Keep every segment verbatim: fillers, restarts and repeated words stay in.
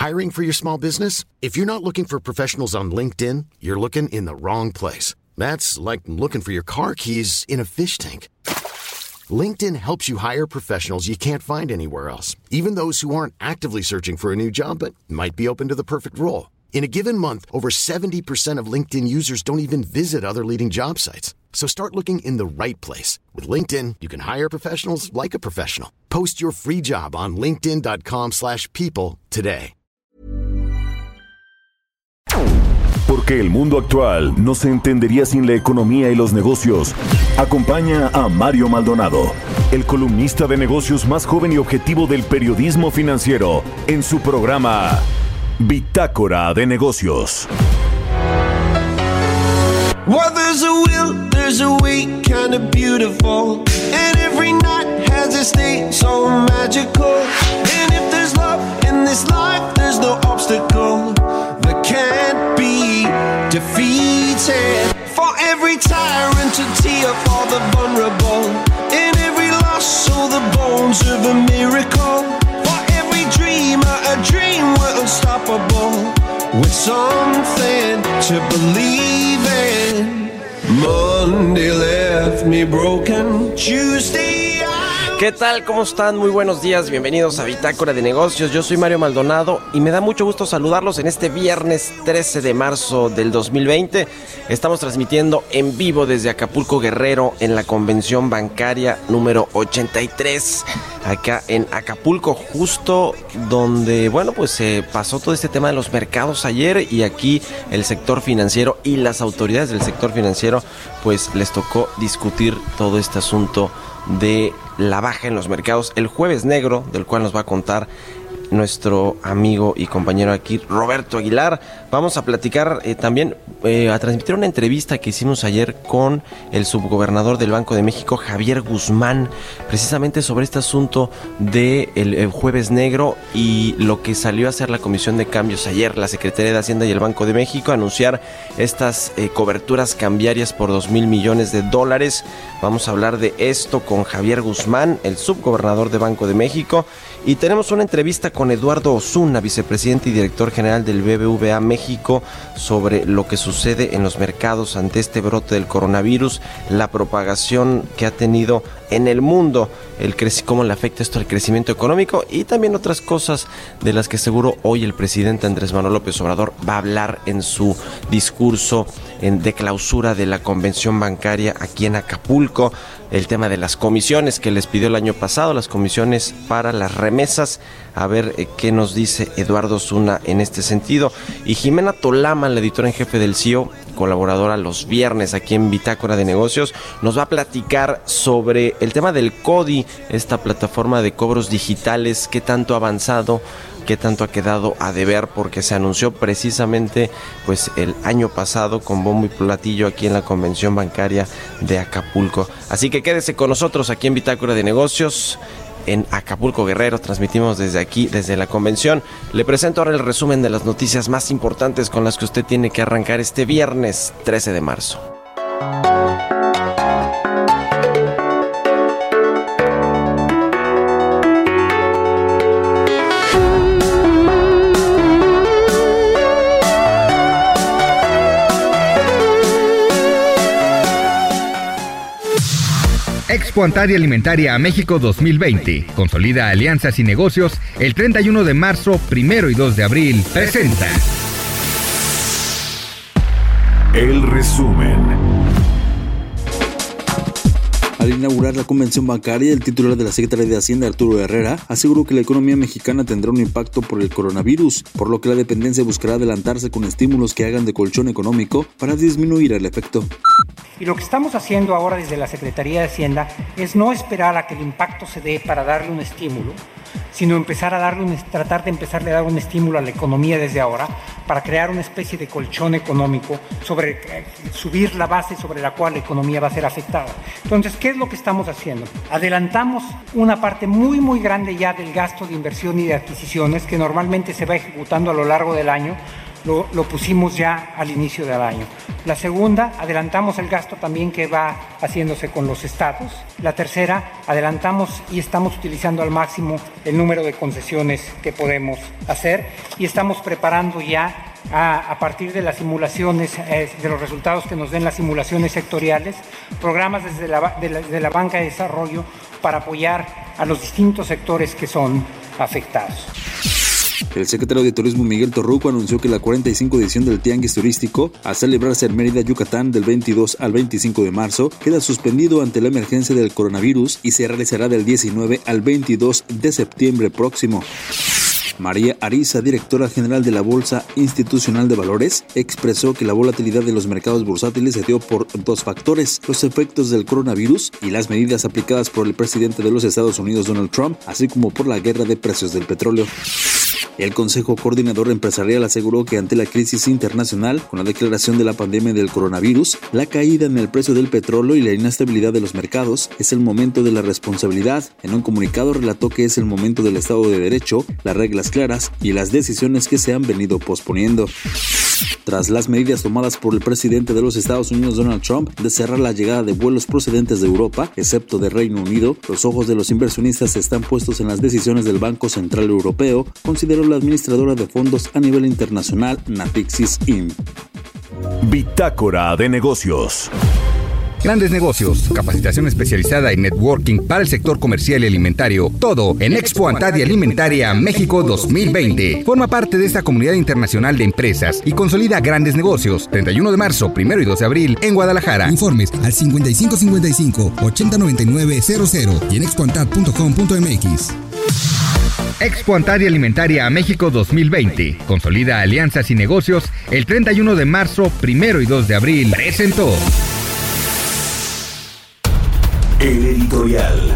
Hiring for your small business? If you're not looking for professionals on LinkedIn, you're looking in the wrong place. That's like looking for your car keys in a fish tank. LinkedIn helps you hire professionals you can't find anywhere else, even those who aren't actively searching for a new job but might be open to the perfect role. In a given month, over seventy percent of LinkedIn users don't even visit other leading job sites. So start looking in the right place. With LinkedIn, you can hire professionals like a professional. Post your free job on linkedin dot com slash people today. Porque el mundo actual no se entendería sin la economía y los negocios. Acompaña a Mario Maldonado, el columnista de negocios más joven y objetivo del periodismo financiero, en su programa Bitácora de Negocios. Well, there's a will, there's a way, kind of beautiful. And every night has a state so magical. And if there's love in this life, there's no obstacle that can't be defeated. For every tyrant to tear for the vulnerable. In every loss, so the bones of a miracle. For every dreamer, a dream we're unstoppable. With something to believe in. Monday left me broken. Tuesday. ¿Qué tal? ¿Cómo están? Muy buenos días, bienvenidos a Bitácora de Negocios. Yo soy Mario Maldonado y me da mucho gusto saludarlos en este viernes trece de marzo del dos mil veinte. Estamos transmitiendo en vivo desde Acapulco, Guerrero, en la convención bancaria número ochenta y tres, acá en Acapulco, justo donde, bueno, pues se eh, pasó todo este tema de los mercados ayer, y aquí el sector financiero y las autoridades del sector financiero, pues les tocó discutir todo este asunto de la baja en los mercados, el jueves negro, del cual nos va a contar nuestro amigo y compañero aquí, Roberto Aguilar. Vamos a platicar eh, también, eh, a transmitir una entrevista que hicimos ayer con el subgobernador del Banco de México, Javier Guzmán, precisamente sobre este asunto del de el jueves negro y lo que salió a hacer la Comisión de Cambios ayer, la Secretaría de Hacienda y el Banco de México, a anunciar estas eh, coberturas cambiarias por dos mil millones de dólares. Vamos a hablar de esto con Javier Guzmán, el subgobernador de Banco de México, y tenemos una entrevista con Eduardo Osuna, vicepresidente y director general del B B V A México, sobre lo que sucede en los mercados ante este brote del coronavirus, la propagación que ha tenido en el mundo, el creci- cómo le afecta esto al crecimiento económico, y también otras cosas de las que seguro hoy el presidente Andrés Manuel López Obrador va a hablar en su discurso en, de clausura de la convención bancaria aquí en Acapulco. El tema de las comisiones que les pidió el año pasado, las comisiones para las remesas, a ver eh, qué nos dice Eduardo Osuna en este sentido. Y Jimena Tolama, la editora en jefe del C I O, colaboradora los viernes aquí en Bitácora de Negocios, nos va a platicar sobre el tema del CODI, esta plataforma de cobros digitales, qué tanto ha avanzado, qué tanto ha quedado a deber, porque se anunció precisamente pues el año pasado con bombo y platillo aquí en la convención bancaria de Acapulco. Así que quédese con nosotros aquí en Bitácora de Negocios en Acapulco, Guerrero. Transmitimos desde aquí, desde la convención. Le presento ahora el resumen de las noticias más importantes con las que usted tiene que arrancar este viernes trece de marzo. Expo Antaria Alimentaria a México dos mil veinte. Consolida alianzas y negocios. El treinta y uno de marzo, primero y dos de abril. Presenta. El resumen. Al inaugurar la convención bancaria, el titular de la Secretaría de Hacienda, Arturo Herrera, aseguró que la economía mexicana tendrá un impacto por el coronavirus, por lo que la dependencia buscará adelantarse con estímulos que hagan de colchón económico para disminuir el efecto. Y lo que estamos haciendo ahora desde la Secretaría de Hacienda es no esperar a que el impacto se dé para darle un estímulo, sino empezar a darle un, tratar de empezarle a dar un estímulo a la economía desde ahora para crear una especie de colchón económico, sobre eh, subir la base sobre la cual la economía va a ser afectada. Entonces, ¿qué es lo que estamos haciendo? Adelantamos una parte muy muy grande ya del gasto de inversión y de adquisiciones que normalmente se va ejecutando a lo largo del año, lo, lo pusimos ya al inicio del año. La segunda, adelantamos el gasto también que va haciéndose con los estados. La tercera, adelantamos y estamos utilizando al máximo el número de concesiones que podemos hacer y estamos preparando ya a, a partir de las simulaciones, eh, de los resultados que nos den las simulaciones sectoriales, programas desde la, de la, de la banca de desarrollo para apoyar a los distintos sectores que son afectados. El secretario de Turismo Miguel Torruco anunció que la cuarenta y cinco edición del Tianguis Turístico, a celebrarse en Mérida, Yucatán, del veintidós al veinticinco de marzo, queda suspendido ante la emergencia del coronavirus y se realizará del diecinueve al veintidós de septiembre próximo. María Ariza, directora general de la Bolsa Institucional de Valores, expresó que la volatilidad de los mercados bursátiles se dio por dos factores: los efectos del coronavirus y las medidas aplicadas por el presidente de los Estados Unidos, Donald Trump, así como por la guerra de precios del petróleo. El Consejo Coordinador Empresarial aseguró que ante la crisis internacional, con la declaración de la pandemia del coronavirus, la caída en el precio del petróleo y la inestabilidad de los mercados, es el momento de la responsabilidad. En un comunicado relató que es el momento del Estado de Derecho, las reglas claras y las decisiones que se han venido posponiendo. Tras las medidas tomadas por el presidente de los Estados Unidos, Donald Trump, de cerrar la llegada de vuelos procedentes de Europa, excepto de Reino Unido, los ojos de los inversionistas están puestos en las decisiones del Banco Central Europeo, consideró la administradora de fondos a nivel internacional, Natixis Inc. Bitácora de negocios. Grandes negocios, capacitación especializada en networking para el sector comercial y alimentario. Todo en Expo Antad y Alimentaria México dos mil veinte. Forma parte de esta comunidad internacional de empresas y consolida grandes negocios. treinta y uno de marzo, primero y dos de abril en Guadalajara. Informes al cincuenta y cinco cincuenta y cinco, ochenta noventa y nueve cero cero y en expoantad punto com punto m x. Expo Antad y Alimentaria México dos mil veinte. Consolida alianzas y negocios. El treinta y uno de marzo, primero y dos de abril. Presentó. El editorial.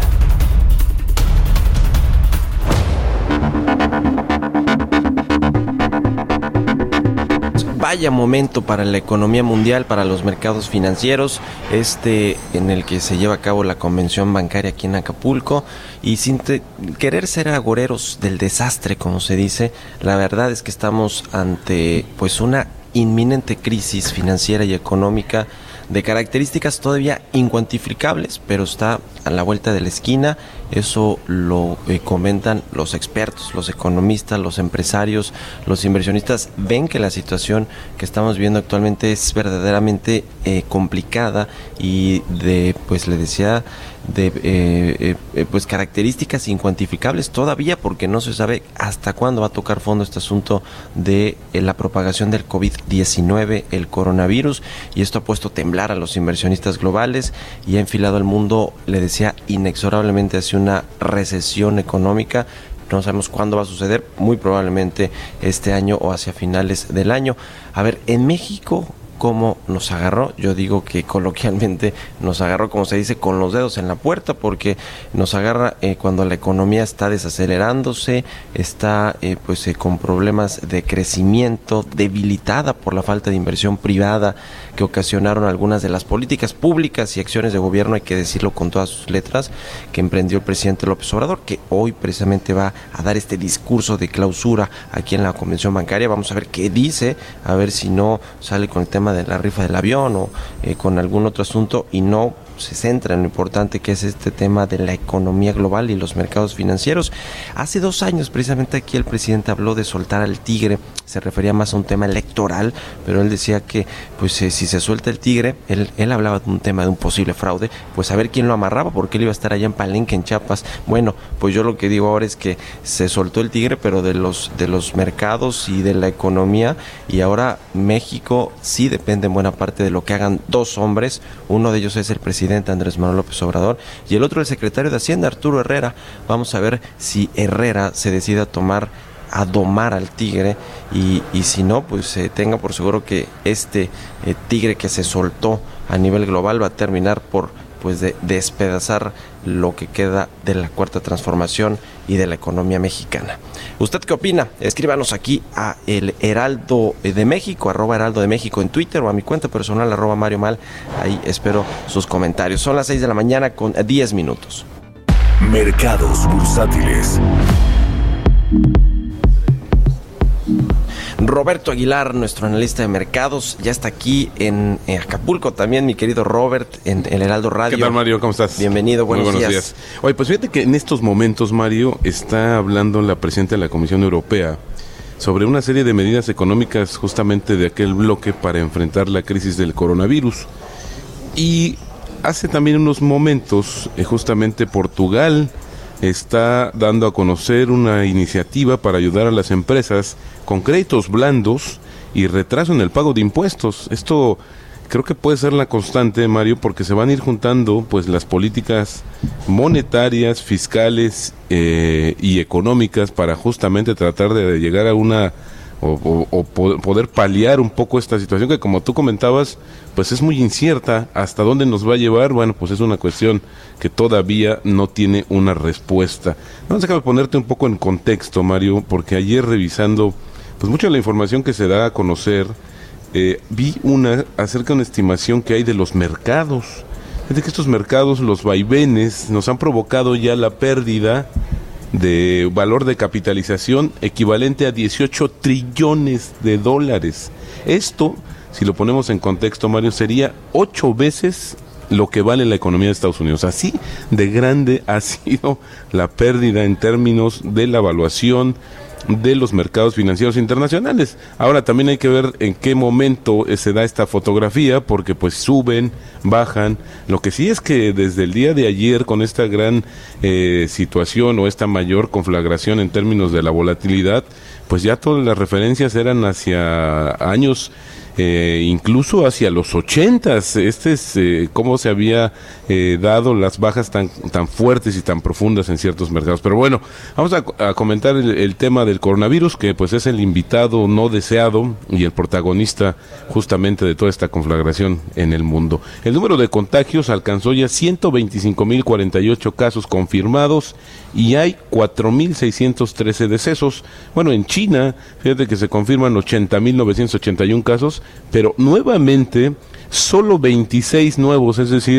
Vaya momento para la economía mundial, para los mercados financieros, este en el que se lleva a cabo la convención bancaria aquí en Acapulco, y sin te, querer ser agoreros del desastre, como se dice, la verdad es que estamos ante pues una inminente crisis financiera y económica de características todavía incuantificables, pero está a la vuelta de la esquina. Eso lo eh, comentan los expertos, los economistas, los empresarios, los inversionistas. Ven que la situación que estamos viendo actualmente es verdaderamente eh, complicada y de, pues le decía, de eh, eh, pues características incuantificables todavía, porque no se sabe hasta cuándo va a tocar fondo este asunto de eh, la propagación del covid diecinueve, el coronavirus, y esto ha puesto a temblar a los inversionistas globales y ha enfilado al mundo, le decía, inexorablemente hacia una recesión económica. No sabemos cuándo va a suceder, muy probablemente este año o hacia finales del año. A ver, en México, ¿cómo nos agarró? Yo digo que coloquialmente nos agarró, como se dice, con los dedos en la puerta, porque nos agarra eh, cuando la economía está desacelerándose, está eh, pues eh, con problemas de crecimiento, debilitada por la falta de inversión privada que ocasionaron algunas de las políticas públicas y acciones de gobierno, hay que decirlo con todas sus letras, que emprendió el presidente López Obrador, que hoy precisamente va a dar este discurso de clausura aquí en la convención bancaria. Vamos a ver qué dice, a ver si no sale con el tema de la rifa del avión o eh, con algún otro asunto y no se centra en lo importante que es este tema de la economía global y los mercados financieros. Hace dos años precisamente aquí el presidente habló de soltar al tigre, se refería más a un tema electoral, pero él decía que pues eh, si se suelta el tigre, él, él hablaba de un tema de un posible fraude, pues a ver quién lo amarraba, porque él iba a estar allá en Palenque, en Chiapas. Bueno, pues yo lo que digo ahora es que se soltó el tigre, pero de los, de los mercados y de la economía, y ahora México sí depende en buena parte de lo que hagan dos hombres. Uno de ellos es el presidente Andrés Manuel López Obrador y el otro el secretario de Hacienda, Arturo Herrera. Vamos a ver si Herrera se decide a tomar, a domar al tigre, y, y si no, pues eh, tenga por seguro que este eh, tigre que se soltó a nivel global va a terminar por pues de despedazar lo que queda de la cuarta transformación y de la economía mexicana. ¿Usted qué opina? Escríbanos aquí a el Heraldo de México, arroba Heraldo de México en Twitter, o a mi cuenta personal, arroba Mario Mal. Ahí espero sus comentarios. Son las seis de la mañana con diez minutos. Mercados bursátiles. Roberto Aguilar, nuestro analista de mercados, ya está aquí en, en Acapulco también, mi querido Robert, en el Heraldo Radio. ¿Qué tal, Mario? ¿Cómo estás? Bienvenido, buenos, Muy buenos días. días. Oye, pues fíjate que en estos momentos, Mario, está hablando la presidenta de la Comisión Europea sobre una serie de medidas económicas justamente de aquel bloque para enfrentar la crisis del coronavirus. Y hace también unos momentos, eh, justamente Portugal está dando a conocer una iniciativa para ayudar a las empresas con créditos blandos y retraso en el pago de impuestos. Esto creo que puede ser la constante, Mario, porque se van a ir juntando pues las políticas monetarias, fiscales eh, y económicas para justamente tratar de llegar a una o, o, o poder paliar un poco esta situación que, como tú comentabas, pues es muy incierta. ¿Hasta dónde nos va a llevar? Bueno, pues es una cuestión que todavía no tiene una respuesta. Vamos a ponerte un poco en contexto, Mario, porque ayer revisando pues mucha de la información que se da a conocer, eh, vi una acerca de una estimación que hay de los mercados. Es de que estos mercados, los vaivenes, nos han provocado ya la pérdida de valor de capitalización equivalente a dieciocho trillones de dólares. Esto, si lo ponemos en contexto, Mario, sería ocho veces lo que vale la economía de Estados Unidos. Así de grande ha sido la pérdida en términos de la evaluación de los mercados financieros internacionales. Ahora también hay que ver en qué momento se da esta fotografía, porque pues suben, bajan. Lo que sí es que desde el día de ayer, con esta gran eh, situación o esta mayor conflagración en términos de la volatilidad, pues ya todas las referencias eran hacia años Eh, incluso hacia los ochentas. Este es eh, cómo se había eh, dado las bajas tan tan fuertes y tan profundas en ciertos mercados. Pero bueno, vamos a, a comentar el, el tema del coronavirus, que pues es el invitado no deseado y el protagonista justamente de toda esta conflagración en el mundo. El número de contagios alcanzó ya ciento veinticinco mil cuarenta y ocho casos confirmados y hay cuatro mil seiscientos trece decesos. Bueno, en China, fíjate que se confirman ochenta mil novecientos ochenta y uno casos, pero nuevamente solo veintiséis nuevos, es decir,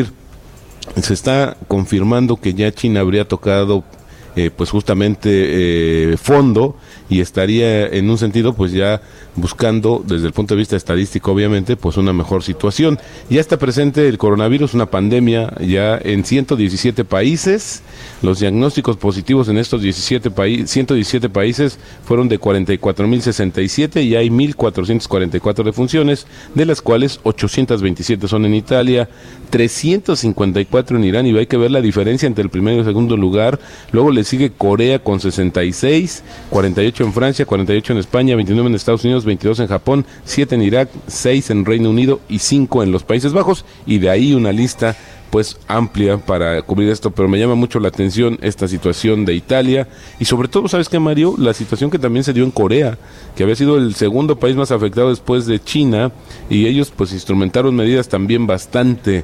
se está confirmando que ya China habría tocado eh, pues justamente eh, fondo y estaría en un sentido pues ya buscando desde el punto de vista estadístico obviamente pues una mejor situación. Ya está presente el coronavirus, una pandemia ya en ciento diecisiete países. Los diagnósticos positivos en estos diecisiete países, ciento diecisiete países fueron de cuarenta y cuatro mil sesenta y siete y hay mil cuatrocientas cuarenta y cuatro defunciones, de las cuales ochocientas veintisiete son en Italia, trescientos cincuenta y cuatro en Irán, y hay que ver la diferencia entre el primero y el segundo lugar. Luego le sigue Corea con sesenta y seis, cuarenta y ocho en Francia, cuarenta y ocho en España, veintinueve en Estados Unidos, veintidós en Japón, siete en Irak, seis en Reino Unido y cinco en los Países Bajos, y de ahí una lista pues amplia para cubrir esto. Pero me llama mucho la atención esta situación de Italia y sobre todo, ¿sabes qué, Mario? La situación que también se dio en Corea, que había sido el segundo país más afectado después de China, y ellos pues instrumentaron medidas también bastante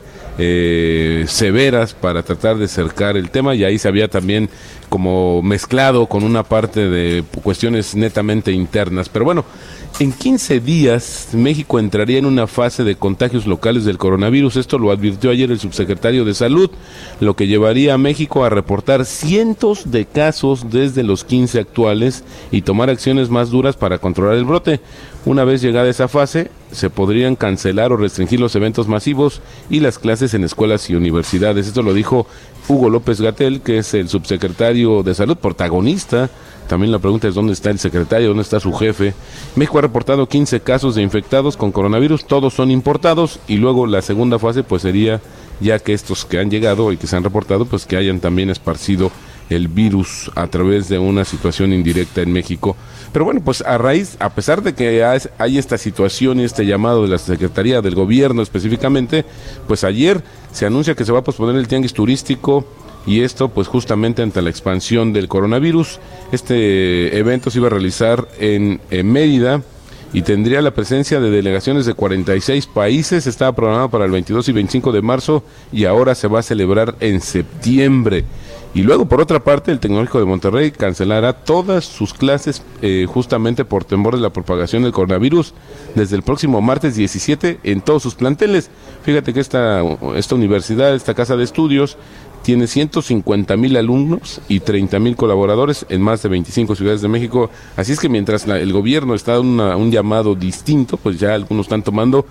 eh, severas para tratar de cercar el tema, y ahí se había también como mezclado con una parte de cuestiones netamente internas. Pero bueno, en quince días México entraría en una fase de contagios locales del coronavirus. Esto lo advirtió ayer el subsecretario de Salud, lo que llevaría a México a reportar cientos de casos desde los quince actuales y tomar acciones más duras para controlar el brote. Una vez llegada esa fase, se podrían cancelar o restringir los eventos masivos y las clases en escuelas y universidades. Esto lo dijo Hugo López-Gatell, que es el subsecretario de Salud, protagonista. También la pregunta es dónde está el secretario, dónde está su jefe. México ha reportado quince casos de infectados con coronavirus, todos son importados, y luego la segunda fase pues sería ya que estos que han llegado y que se han reportado pues que hayan también esparcido el virus a través de una situación indirecta en México. Pero bueno, pues a raíz, a pesar de que hay esta situación y este llamado de la Secretaría del Gobierno específicamente, pues ayer se anuncia que se va a posponer el tianguis turístico, y esto pues justamente ante la expansión del coronavirus. Este evento se iba a realizar en, en Mérida y tendría la presencia de delegaciones de cuarenta y seis países. Estaba programado para el veintidós y veinticinco de marzo y ahora se va a celebrar en septiembre. Y luego, por otra parte, el Tecnológico de Monterrey cancelará todas sus clases eh, justamente por temor de la propagación del coronavirus desde el próximo martes diecisiete en todos sus planteles. Fíjate que esta, esta universidad, esta casa de estudios, tiene ciento cincuenta mil alumnos y treinta mil colaboradores en más de veinticinco ciudades de México. Así es que mientras la, el gobierno está en un llamado distinto, pues ya algunos están tomando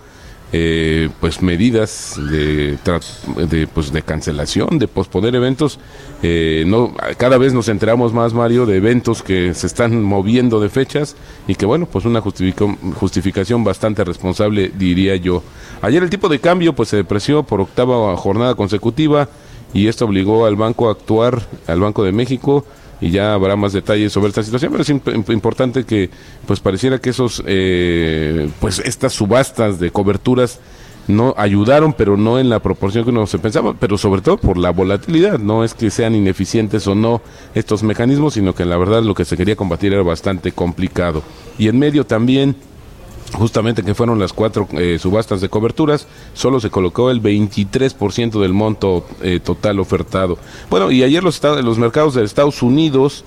eh, pues medidas de, de, pues de cancelación, de posponer eventos. Eh, no, cada vez nos enteramos más, Mario, de eventos que se están moviendo de fechas y que, bueno, pues una justific- justificación bastante responsable, diría yo. Ayer el tipo de cambio pues se depreció por octava jornada consecutiva, y esto obligó al banco a actuar, al Banco de México, y ya habrá más detalles sobre esta situación, pero es imp- importante que pues pareciera que esos eh, pues estas subastas de coberturas no ayudaron, pero no en la proporción que uno se pensaba, pero sobre todo por la volatilidad. No es que sean ineficientes o no estos mecanismos, sino que la verdad lo que se quería combatir era bastante complicado. Y en medio también, justamente que fueron las cuatro eh, subastas de coberturas, solo se colocó el veintitrés por ciento del monto eh, total ofertado. Bueno, y ayer los, los mercados de Estados Unidos,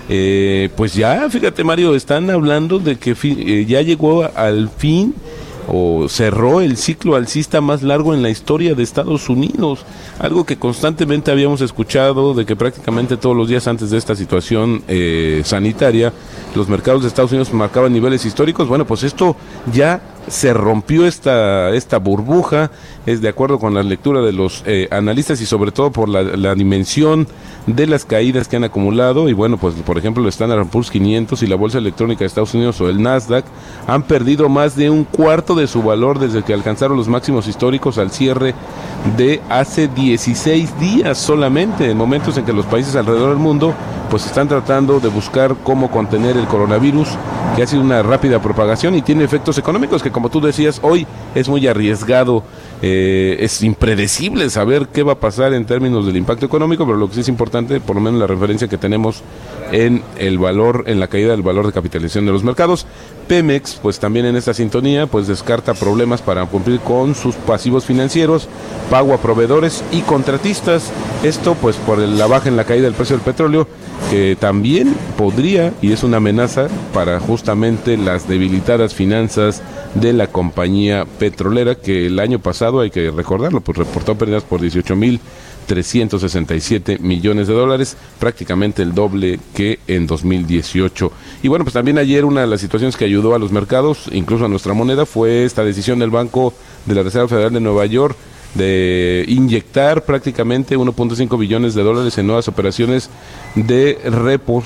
eh, pues ya, fíjate, Mario, están hablando de que fi, eh, ya llegó al fin o cerró el ciclo alcista más largo en la historia de Estados Unidos, algo que constantemente habíamos escuchado, de que prácticamente todos los días antes de esta situación eh, sanitaria, los mercados de Estados Unidos marcaban niveles históricos. Bueno, pues esto ya se rompió, esta esta burbuja, es de acuerdo con la lectura de los eh, analistas y sobre todo por la, la dimensión de las caídas que han acumulado. Y bueno, pues por ejemplo el Standard and Poor's quinientos y la Bolsa Electrónica de Estados Unidos o el Nasdaq han perdido más de un cuarto de su valor desde que alcanzaron los máximos históricos al cierre de hace dieciséis días solamente, en momentos en que los países alrededor del mundo pues están tratando de buscar cómo contener el coronavirus, que ha sido una rápida propagación y tiene efectos económicos que, como tú decías, hoy es muy arriesgado, eh, es impredecible saber qué va a pasar en términos del impacto económico, pero lo que sí es importante, por lo menos la referencia que tenemos en el valor, en la caída del valor de capitalización de los mercados. Pemex, pues también en esta sintonía, pues descarta problemas para cumplir con sus pasivos financieros, pago a proveedores y contratistas. Esto pues por la baja en la caída del precio del petróleo, que también podría, y es una amenaza para justamente las debilitadas finanzas de la compañía petrolera, que el año pasado, hay que recordarlo, pues reportó pérdidas por dieciocho mil trescientos sesenta y siete millones de dólares, prácticamente el doble que en dos mil dieciocho. Y bueno, pues también ayer una de las situaciones que ayudó a los mercados, incluso a nuestra moneda, fue esta decisión del Banco de la Reserva Federal de Nueva York de inyectar prácticamente uno punto cinco billones de dólares en nuevas operaciones de repos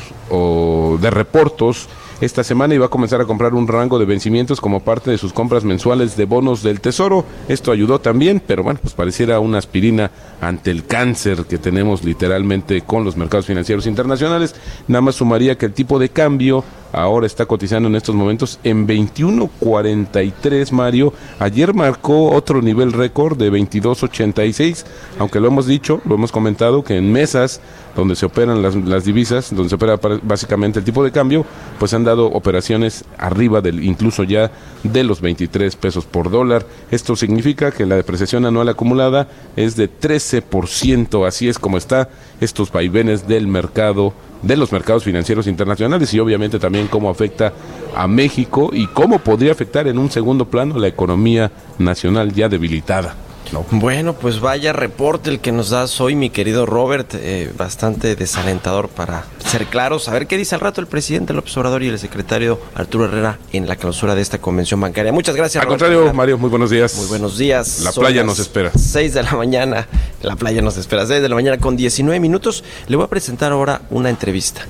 o de reportos esta semana, y va a comenzar a comprar un rango de vencimientos como parte de sus compras mensuales de bonos del Tesoro. Esto ayudó también, pero bueno, pues pareciera una aspirina ante el cáncer que tenemos literalmente con los mercados financieros internacionales. Nada más sumaría que el tipo de cambio ahora está cotizando en estos momentos en veintiuno cuarenta y tres, Mario. Ayer marcó otro nivel récord de veintidós ochenta y seis, aunque lo hemos dicho, lo hemos comentado, que en mesas donde se operan las, las divisas, donde se opera básicamente el tipo de cambio, pues han dado operaciones arriba del, incluso ya de los veintitrés pesos por dólar. Esto significa que la depreciación anual acumulada es de trece por ciento, así es como está estos vaivenes del mercado, de los mercados financieros internacionales, y obviamente también cómo afecta a México y cómo podría afectar en un segundo plano la economía nacional ya debilitada. No. Bueno, pues vaya reporte el que nos das hoy, mi querido Robert, eh, bastante desalentador para ser claros. A ver qué dice al rato el presidente López Obrador y el secretario Arturo Herrera en la clausura de esta convención bancaria. Muchas gracias, Al Robert. contrario, Mario, muy buenos días. Muy buenos días. La Son playa las nos espera. seis de la mañana, la playa nos espera, seis de la mañana con diecinueve minutos. Le voy a presentar ahora una entrevista.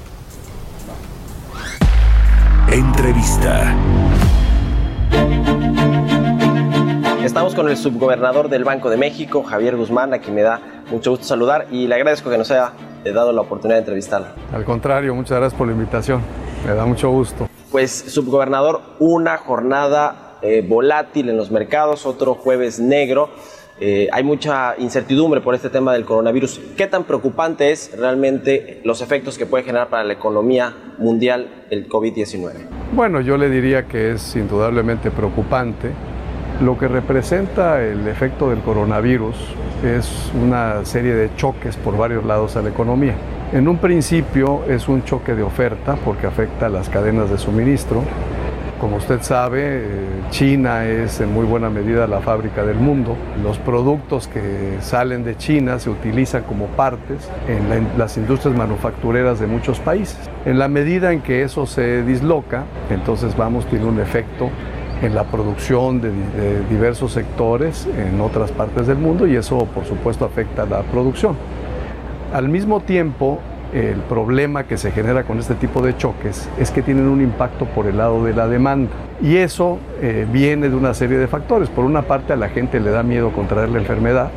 Entrevista. Estamos con el subgobernador del Banco de México, Javier Guzmán, a quien me da mucho gusto saludar y le agradezco que nos haya dado la oportunidad de entrevistarlo. Al contrario, muchas gracias por la invitación, me da mucho gusto. Pues, subgobernador, una jornada eh, volátil en los mercados, otro jueves negro. Eh, hay mucha incertidumbre por este tema del coronavirus. ¿Qué tan preocupante es realmente los efectos que puede generar para la economía mundial el COVID diecinueve? Bueno, yo le diría que es indudablemente preocupante. Lo que representa el efecto del coronavirus es una serie de choques por varios lados a la economía. En un principio es un choque de oferta porque afecta a las cadenas de suministro. Como usted sabe, China es en muy buena medida la fábrica del mundo. Los productos que salen de China se utilizan como partes en, la, en las industrias manufactureras de muchos países. En la medida en que eso se disloca, entonces vamos, tiene un efecto en la producción de, de diversos sectores en otras partes del mundo y eso, por supuesto, afecta a la producción. Al mismo tiempo, el problema que se genera con este tipo de choques es que tienen un impacto por el lado de la demanda y eso eh, viene de una serie de factores. Por una parte, a la gente le da miedo contraer la enfermedad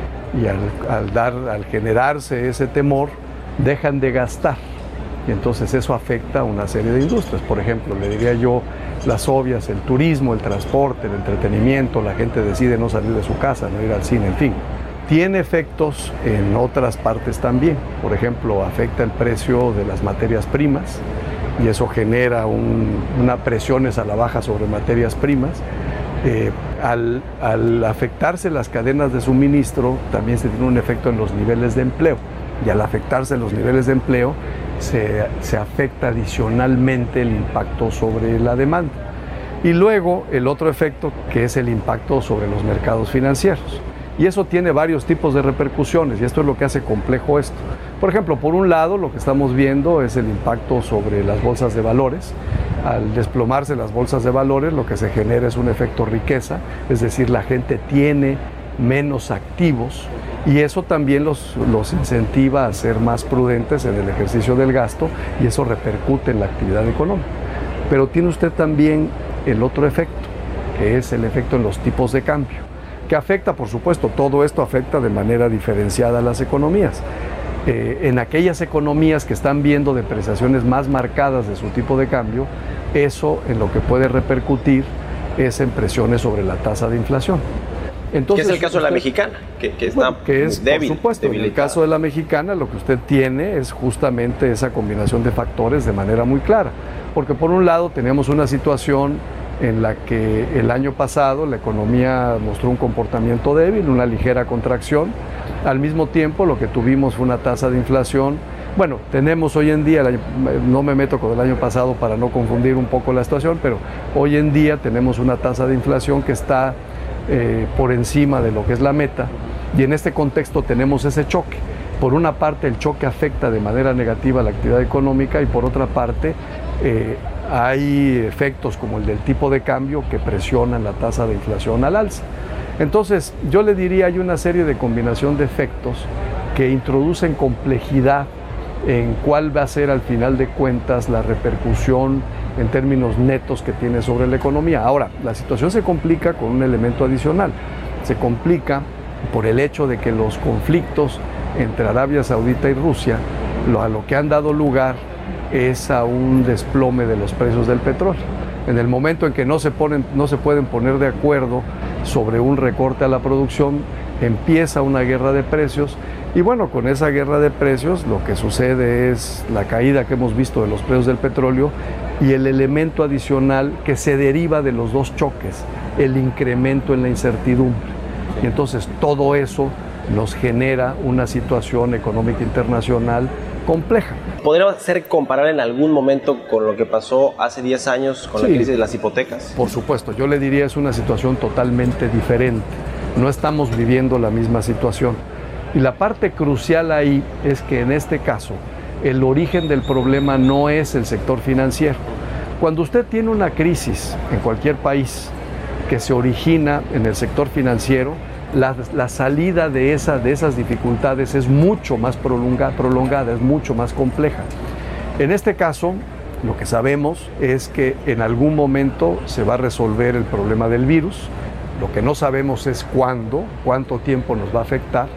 y al, al, dar, al generarse ese temor dejan de gastar y entonces eso afecta a una serie de industrias. Por ejemplo, le diría yo las obvias, el turismo, el transporte, el entretenimiento, la gente decide no salir de su casa, no ir al cine, en fin. Tiene efectos en otras partes también. Por ejemplo, afecta el precio de las materias primas y eso genera un, una presiones a la baja sobre materias primas. Eh, al, al afectarse las cadenas de suministro, también se tiene un efecto en los niveles de empleo. Y al afectarse los niveles de empleo, se, se afecta adicionalmente el impacto sobre la demanda. Y luego el otro efecto, que es el impacto sobre los mercados financieros. Y eso tiene varios tipos de repercusiones y esto es lo que hace complejo esto. Por ejemplo, por un lado, lo que estamos viendo es el impacto sobre las bolsas de valores. Al desplomarse las bolsas de valores, lo que se genera es un efecto riqueza, es decir, la gente tiene menos activos y eso también los, los incentiva a ser más prudentes en el ejercicio del gasto y eso repercute en la actividad económica. Pero tiene usted también el otro efecto, que es el efecto en los tipos de cambio, que afecta, por supuesto, todo esto afecta de manera diferenciada a las economías. Eh, en aquellas economías que están viendo depreciaciones más marcadas de su tipo de cambio, eso en lo que puede repercutir es en presiones sobre la tasa de inflación. Entonces, ¿qué es el caso usted, de la mexicana? Que, que está bueno, que es, débil, por supuesto, debilitada. En el caso de la mexicana lo que usted tiene es justamente esa combinación de factores de manera muy clara. Porque por un lado tenemos una situación en la que el año pasado la economía mostró un comportamiento débil, una ligera contracción. Al mismo tiempo lo que tuvimos fue una tasa de inflación. Bueno, tenemos hoy en día, el año, no me meto con el año pasado para no confundir un poco la situación, pero hoy en día tenemos una tasa de inflación que está eh, por encima de lo que es la meta y en este contexto tenemos ese choque. Por una parte el choque afecta de manera negativa a la actividad económica y por otra parte eh, hay efectos como el del tipo de cambio que presionan la tasa de inflación al alza. Entonces, yo le diría, hay una serie de combinación de efectos que introducen complejidad en cuál va a ser al final de cuentas la repercusión en términos netos que tiene sobre la economía. Ahora, la situación se complica con un elemento adicional. Se complica por el hecho de que los conflictos entre Arabia Saudita y Rusia, lo, a lo que han dado lugar es a un desplome de los precios del petróleo. En el momento en que no se, ponen, no se pueden poner de acuerdo sobre un recorte a la producción, empieza una guerra de precios y bueno, con esa guerra de precios lo que sucede es la caída que hemos visto de los precios del petróleo y el elemento adicional que se deriva de los dos choques, el incremento en la incertidumbre. Y entonces todo eso nos genera una situación económica internacional compleja. ¿Podría ser comparable en algún momento con lo que pasó hace diez años con sí, la crisis de las hipotecas? Por supuesto, yo le diría es una situación totalmente diferente. No estamos viviendo la misma situación. Y la parte crucial ahí es que en este caso el origen del problema no es el sector financiero. Cuando usted tiene una crisis en cualquier país que se origina en el sector financiero, La, la salida de, esa, de esas dificultades es mucho más prolonga, prolongada, es mucho más compleja. En este caso, lo que sabemos es que en algún momento se va a resolver el problema del virus. Lo que no sabemos es cuándo, cuánto tiempo nos va a afectar,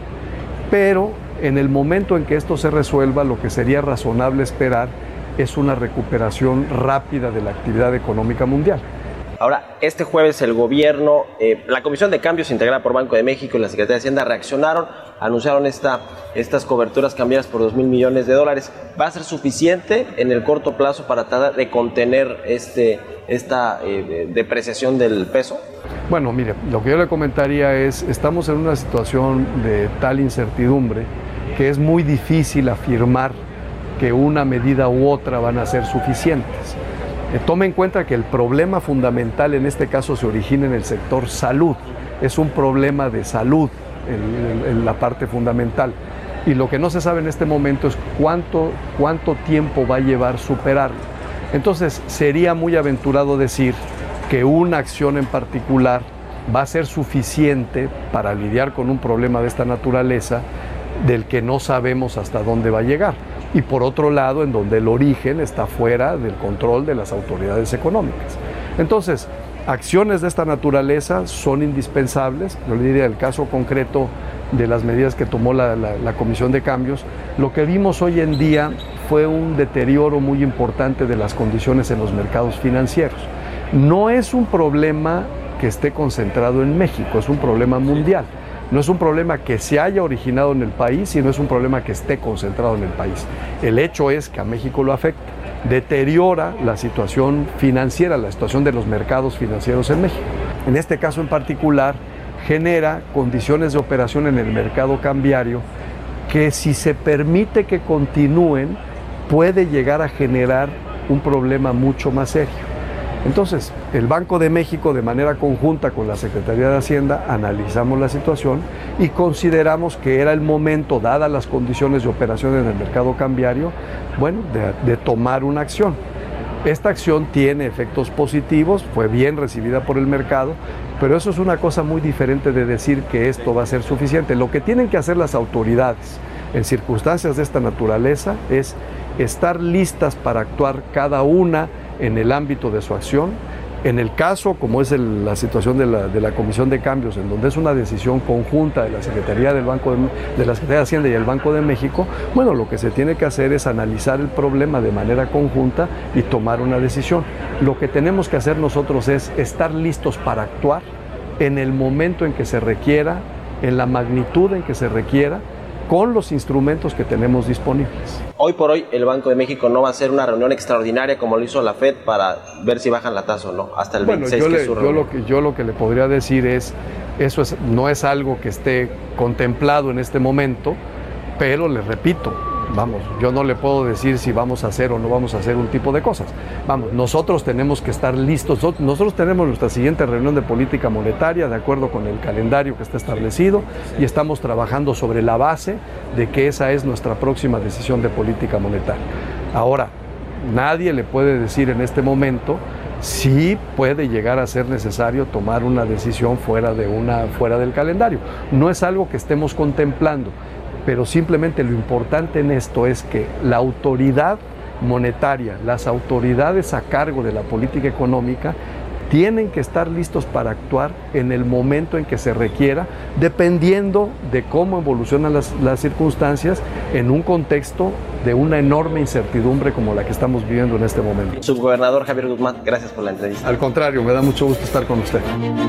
pero en el momento en que esto se resuelva, lo que sería razonable esperar es una recuperación rápida de la actividad económica mundial. Ahora, este jueves el gobierno, eh, la Comisión de Cambios integrada por Banco de México y la Secretaría de Hacienda reaccionaron, anunciaron esta, estas coberturas cambiarias por dos mil millones de dólares. ¿Va a ser suficiente en el corto plazo para tratar de contener este, esta eh, depreciación del peso? Bueno, mire, lo que yo le comentaría es, estamos en una situación de tal incertidumbre que es muy difícil afirmar que una medida u otra van a ser suficientes. Eh, tome en cuenta que el problema fundamental en este caso se origina en el sector salud. Es un problema de salud en, en, en la parte fundamental. Y lo que no se sabe en este momento es cuánto, cuánto tiempo va a llevar superarlo. Entonces, sería muy aventurado decir que una acción en particular va a ser suficiente para lidiar con un problema de esta naturaleza del que no sabemos hasta dónde va a llegar. Y por otro lado, en donde el origen está fuera del control de las autoridades económicas. Entonces, acciones de esta naturaleza son indispensables. Yo le diría el caso concreto de las medidas que tomó la, la, la Comisión de Cambios. Lo que vimos hoy en día fue un deterioro muy importante de las condiciones en los mercados financieros. No es un problema que esté concentrado en México, es un problema mundial. No es un problema que se haya originado en el país, sino es un problema que esté concentrado en el país. El hecho es que a México lo afecta, deteriora la situación financiera, la situación de los mercados financieros en México. En este caso en particular, genera condiciones de operación en el mercado cambiario que, si se permite que continúen, puede llegar a generar un problema mucho más serio. Entonces, el Banco de México, de manera conjunta con la Secretaría de Hacienda, analizamos la situación y consideramos que era el momento, dadas las condiciones de operación en el mercado cambiario, bueno, de, de tomar una acción. Esta acción tiene efectos positivos, fue bien recibida por el mercado, pero eso es una cosa muy diferente de decir que esto va a ser suficiente. Lo que tienen que hacer las autoridades en circunstancias de esta naturaleza es estar listas para actuar cada una en el ámbito de su acción. En el caso, como es el, la situación de la, de la Comisión de Cambios, en donde es una decisión conjunta de la Secretaría del Banco de, de la Secretaría de Hacienda y el Banco de México, bueno, lo que se tiene que hacer es analizar el problema de manera conjunta y tomar una decisión. Lo que tenemos que hacer nosotros es estar listos para actuar en el momento en que se requiera, en la magnitud en que se requiera, con los instrumentos que tenemos disponibles. Hoy por hoy el Banco de México no va a hacer una reunión extraordinaria como lo hizo la Fed para ver si bajan la tasa o no, hasta el bueno, veintiséis yo que le, es su yo reunión. lo que yo lo que le podría decir es, eso es, no es algo que esté contemplado en este momento, pero le repito, vamos, yo no le puedo decir si vamos a hacer o no vamos a hacer un tipo de cosas. Vamos, nosotros tenemos que estar listos. Nosotros tenemos nuestra siguiente reunión de política monetaria de acuerdo con el calendario que está establecido y estamos trabajando sobre la base de que esa es nuestra próxima decisión de política monetaria. Ahora, nadie le puede decir en este momento si puede llegar a ser necesario tomar una decisión fuera de una, fuera del calendario. No es algo que estemos contemplando, pero simplemente lo importante en esto es que la autoridad monetaria, las autoridades a cargo de la política económica, tienen que estar listos para actuar en el momento en que se requiera, dependiendo de cómo evolucionan las, las circunstancias en un contexto de una enorme incertidumbre como la que estamos viviendo en este momento. Subgobernador Javier Guzmán, gracias por la entrevista. Al contrario, me da mucho gusto estar con usted.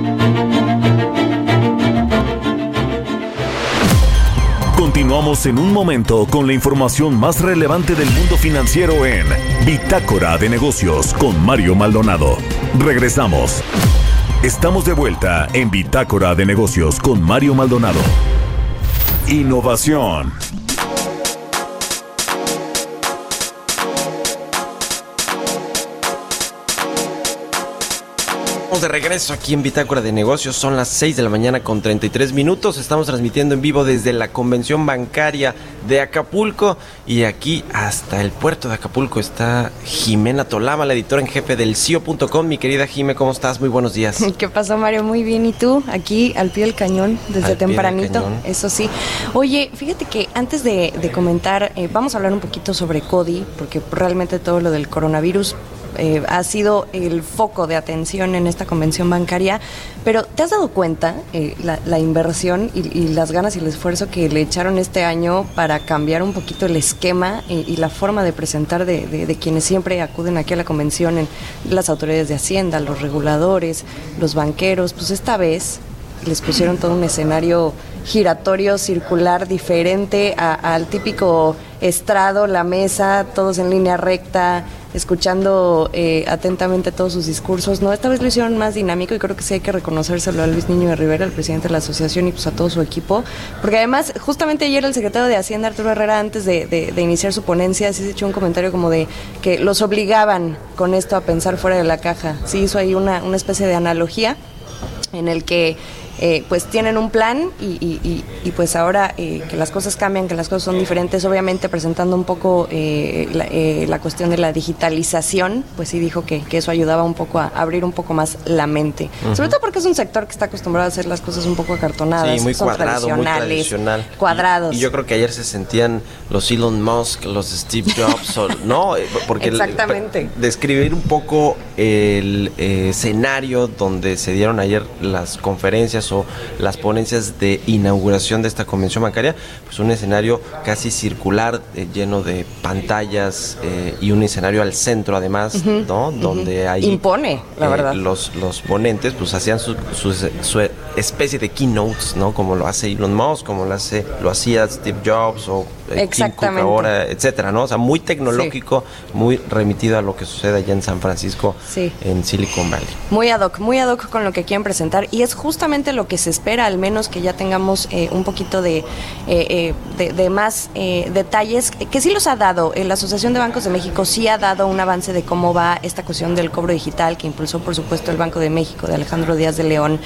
Continuamos en un momento con la información más relevante del mundo financiero en Bitácora de Negocios con Mario Maldonado. Regresamos. Estamos de vuelta en Bitácora de Negocios con Mario Maldonado. Innovación. De regreso aquí en Bitácora de Negocios, son las seis de la mañana con treinta y tres minutos, estamos transmitiendo en vivo desde la Convención Bancaria de Acapulco y aquí hasta el puerto de Acapulco está Jimena Tolama, la editora en jefe del C I O punto com. Mi querida Jime, ¿cómo estás? Muy buenos días. ¿Qué pasó, Mario? Muy bien, ¿y tú? Aquí al pie del cañón, desde tempranito, eso sí. Oye, fíjate que antes de, de comentar, eh, vamos a hablar un poquito sobre CODI, porque realmente todo lo del coronavirus Eh, ha sido el foco de atención en esta convención bancaria, pero ¿te has dado cuenta eh, la, la inversión y, y las ganas y el esfuerzo que le echaron este año para cambiar un poquito el esquema eh, y la forma de presentar de, de, de quienes siempre acuden aquí a la convención, en las autoridades de Hacienda, los reguladores, los banqueros? Pues esta vez les pusieron todo un escenario giratorio, circular, diferente a, al típico estrado, la mesa, todos en línea recta, escuchando eh, atentamente todos sus discursos, ¿no? Esta vez lo hicieron más dinámico y creo que sí hay que reconocérselo a Luis Niño de Rivera, el presidente de la asociación, y pues a todo su equipo, porque además justamente ayer el secretario de Hacienda, Arturo Herrera, antes de, de, de iniciar su ponencia, sí se echó un comentario como de que los obligaban con esto a pensar fuera de la caja. Sí hizo ahí una, una especie de analogía en el que Eh, pues tienen un plan y, y, y, y pues ahora eh, que las cosas cambian, que las cosas son diferentes, obviamente presentando un poco eh, la, eh, la cuestión de la digitalización, pues sí dijo que, que eso ayudaba un poco a abrir un poco más la mente, uh-huh. sobre todo porque es un sector que está acostumbrado a hacer las cosas un poco acartonadas, sí, muy son cuadrado, muy tradicional, cuadrados. Y, y yo creo que ayer se sentían los Elon Musk, los Steve Jobs, o, ¿no? Porque exactamente. El, describir un poco el eh, escenario donde se dieron ayer las conferencias o las ponencias de inauguración de esta convención bancaria, pues un escenario casi circular, eh, lleno de pantallas eh, y un escenario al centro además, uh-huh, ¿no? Donde uh-huh. hay impone, la eh, verdad. Los, los ponentes pues hacían su, su, su especie de keynotes, ¿no? Como lo hace Elon Musk, como lo hace, lo hacía Steve Jobs o eh, Tim Cook ahora, etcétera, ¿no? O sea, muy tecnológico, sí. muy remitido a lo que sucede allá en San Francisco, sí. en Silicon Valley. Muy ad hoc, muy ad hoc con lo que quieren presentar, y es justamente lo que se espera, al menos que ya tengamos eh, un poquito de, eh, eh, de, de más eh, detalles, que sí los ha dado. Eh, la Asociación de Bancos de México sí ha dado un avance de cómo va esta cuestión del cobro digital, que impulsó por supuesto el Banco de México de Alejandro Díaz de León.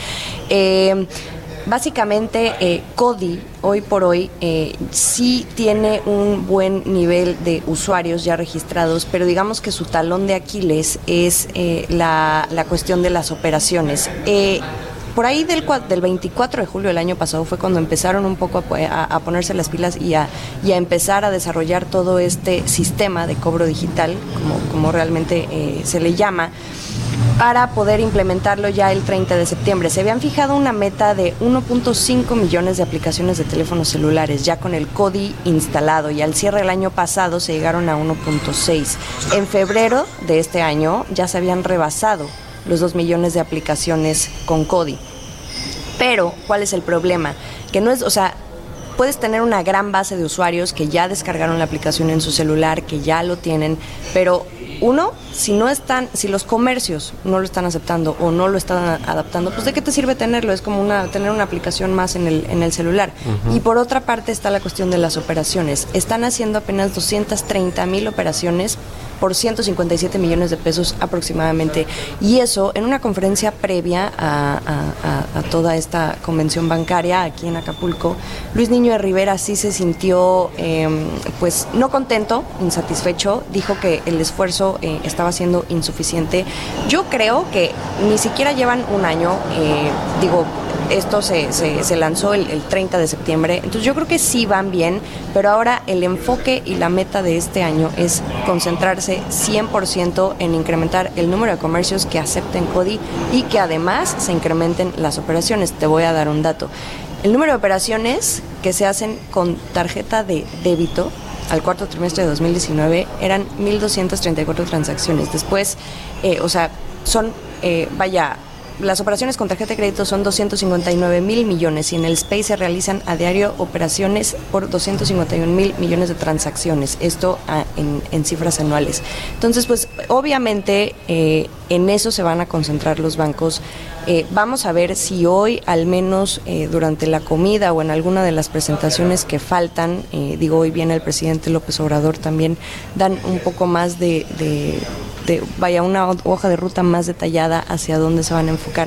Eh, Básicamente, eh, CODI, hoy por hoy, eh, sí tiene un buen nivel de usuarios ya registrados, pero digamos que su talón de Aquiles es eh, la, la cuestión de las operaciones. Eh, Por ahí del, del veinticuatro de julio del año pasado fue cuando empezaron un poco a, a, a ponerse las pilas y a, y a empezar a desarrollar todo este sistema de cobro digital, como, como realmente eh, se le llama, para poder implementarlo ya el treinta de septiembre. Se habían fijado una meta de uno punto cinco millones de aplicaciones de teléfonos celulares, ya con el CODI instalado, y al cierre del año pasado se llegaron a uno punto seis. En febrero de este año ya se habían rebasado los dos millones de aplicaciones con CODI. Pero, ¿cuál es el problema? Que no es, o sea, puedes tener una gran base de usuarios que ya descargaron la aplicación en su celular, que ya lo tienen, pero uno, si no están, si los comercios no lo están aceptando o no lo están adaptando, pues ¿de qué te sirve tenerlo? Es como una tener una aplicación más en el en el celular. Uh-huh. Y por otra parte está la cuestión de las operaciones. Están haciendo apenas doscientas treinta mil operaciones por ciento cincuenta y siete millones de pesos aproximadamente. Y eso en una conferencia previa a, a, a, a toda esta convención bancaria aquí en Acapulco, Luis Niño de Rivera sí se sintió eh, pues no contento, insatisfecho, dijo que el esfuerzo eh, estaba siendo insuficiente. Yo creo que ni siquiera llevan un año, eh, digo, esto se, se, se lanzó el, el treinta de septiembre, entonces yo creo que sí van bien, pero ahora el enfoque y la meta de este año es concentrarse cien por ciento en incrementar el número de comercios que acepten CODI y que además se incrementen las operaciones. Te voy a dar un dato. El número de operaciones que se hacen con tarjeta de débito al cuarto trimestre de dos mil diecinueve eran mil doscientas treinta y cuatro transacciones. Después, eh, o sea, son, eh, vaya... Las operaciones con tarjeta de crédito son doscientos cincuenta y nueve mil millones y en el S P A Y se realizan a diario operaciones por doscientos cincuenta y un mil millones de transacciones, esto a, en, en cifras anuales. Entonces, pues obviamente eh, en eso se van a concentrar los bancos. Eh, vamos a ver si hoy, al menos eh, durante la comida o en alguna de las presentaciones que faltan, eh, digo, hoy viene el presidente López Obrador, también dan un poco más de... de De, vaya, una hoja de ruta más detallada hacia dónde se van a enfocar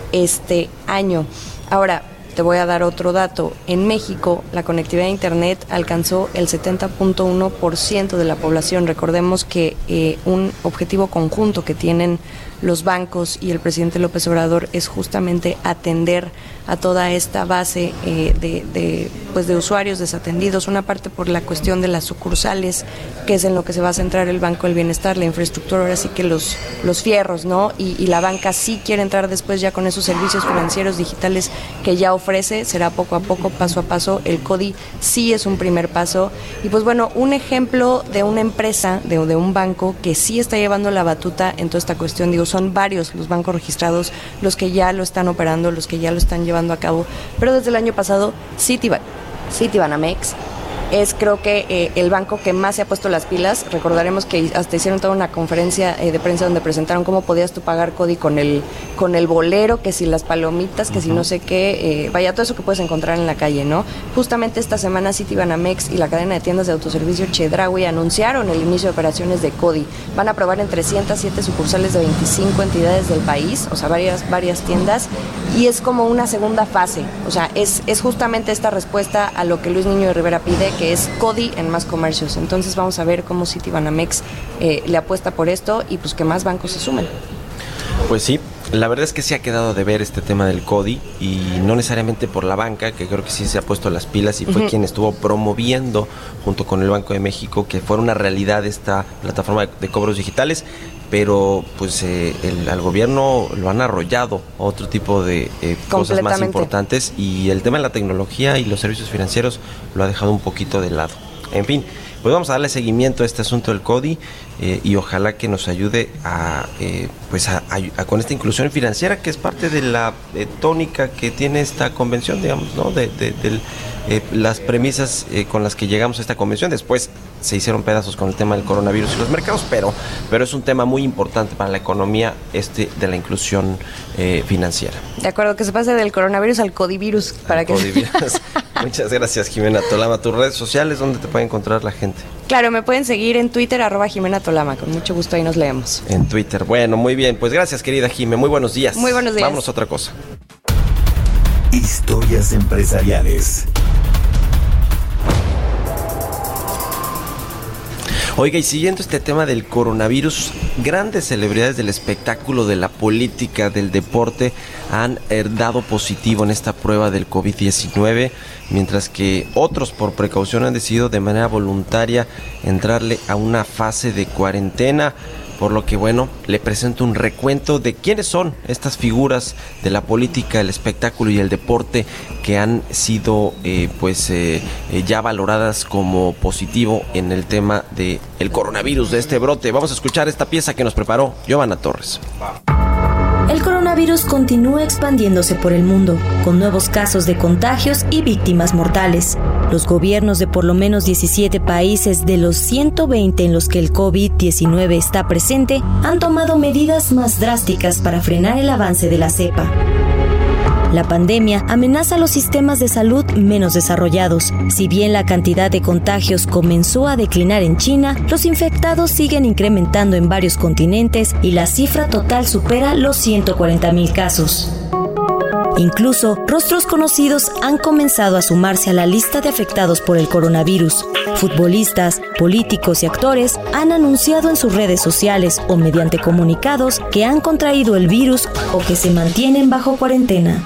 este año. Ahora, te voy a dar otro dato. En México, la conectividad a Internet alcanzó el setenta punto uno por ciento de la población. Recordemos que eh, un objetivo conjunto que tienen los bancos y el presidente López Obrador es justamente atender a toda esta base eh, de, de, pues de usuarios desatendidos, una parte por la cuestión de las sucursales, que es en lo que se va a centrar el Banco del Bienestar, la infraestructura, ahora sí que los, los fierros, ¿no? Y, y la banca sí quiere entrar después ya con esos servicios financieros digitales que ya ofrece, será poco a poco, paso a paso, el CODI sí es un primer paso, y pues bueno, un ejemplo de una empresa, de, de un banco que sí está llevando la batuta en toda esta cuestión, digo, son varios los bancos registrados, los que ya lo están operando, los que ya lo están llevando a cabo, pero desde el año pasado Citibank, Citibanamex, es creo que eh, el banco que más se ha puesto las pilas. Recordaremos que hasta hicieron toda una conferencia eh, de prensa donde presentaron cómo podías tú pagar CODI con el, con el bolero, que si las palomitas, que uh-huh. si no sé qué, eh, vaya, todo eso que puedes encontrar en la calle, ¿no? Justamente esta semana Citibanamex y la cadena de tiendas de autoservicio Chedraui anunciaron el inicio de operaciones de CODI. Van a probar en trescientas siete sucursales de veinticinco entidades del país, o sea, varias, varias tiendas, y es como una segunda fase, o sea, es, es justamente esta respuesta a lo que Luis Niño de Rivera pide, que es CODI en más comercios. Entonces vamos a ver cómo Citibanamex eh, le apuesta por esto y pues que más bancos se sumen. Pues sí, la verdad es que se ha quedado de ver este tema del CODI y no necesariamente por la banca, que creo que sí se ha puesto las pilas y fue uh-huh. quien estuvo promoviendo junto con el Banco de México que fuera una realidad esta plataforma de, de cobros digitales, pero pues eh, el, al gobierno lo han arrollado otro tipo de eh, cosas más importantes y el tema de la tecnología y los servicios financieros lo ha dejado un poquito de lado. En fin, pues vamos a darle seguimiento a este asunto del CODI eh, y ojalá que nos ayude a eh, pues a, a, a con esta inclusión financiera que es parte de la eh, tónica que tiene esta convención, digamos, ¿no? De, de, de eh, las premisas eh, con las que llegamos a esta convención. Después se hicieron pedazos con el tema del coronavirus y los mercados, pero pero es un tema muy importante para la economía este de la inclusión eh, financiera. De acuerdo, que se pase del coronavirus al codivirus para que codivirus. Muchas gracias, Jimena Tolama. Tus redes sociales, ¿dónde te puede encontrar la gente? Claro, me pueden seguir en Twitter, arroba Jimena Tolama, con mucho gusto ahí nos leemos. En Twitter, bueno, muy bien, pues gracias querida Jime, muy buenos días. Muy buenos días. Vámonos a otra cosa. Historias empresariales. Oiga, y siguiendo este tema del coronavirus, grandes celebridades del espectáculo, de la política, del deporte han dado positivo en esta prueba del covid diecinueve, mientras que otros por precaución han decidido de manera voluntaria entrarle a una fase de cuarentena. Por lo que, bueno, le presento un recuento de quiénes son estas figuras de la política, el espectáculo y el deporte que han sido eh, pues eh, eh, ya valoradas como positivo en el tema del coronavirus, de este brote. Vamos a escuchar esta pieza que nos preparó Giovanna Torres. El coronavirus continúa expandiéndose por el mundo, con nuevos casos de contagios y víctimas mortales. Los gobiernos de por lo menos diecisiete países de los ciento veinte en los que el covid diecinueve está presente han tomado medidas más drásticas para frenar el avance de la cepa. La pandemia amenaza los sistemas de salud menos desarrollados. Si bien la cantidad de contagios comenzó a declinar en China, los infectados siguen incrementando en varios continentes y la cifra total supera los ciento cuarenta mil casos. Incluso, rostros conocidos han comenzado a sumarse a la lista de afectados por el coronavirus. Futbolistas, políticos y actores han anunciado en sus redes sociales o mediante comunicados que han contraído el virus o que se mantienen bajo cuarentena.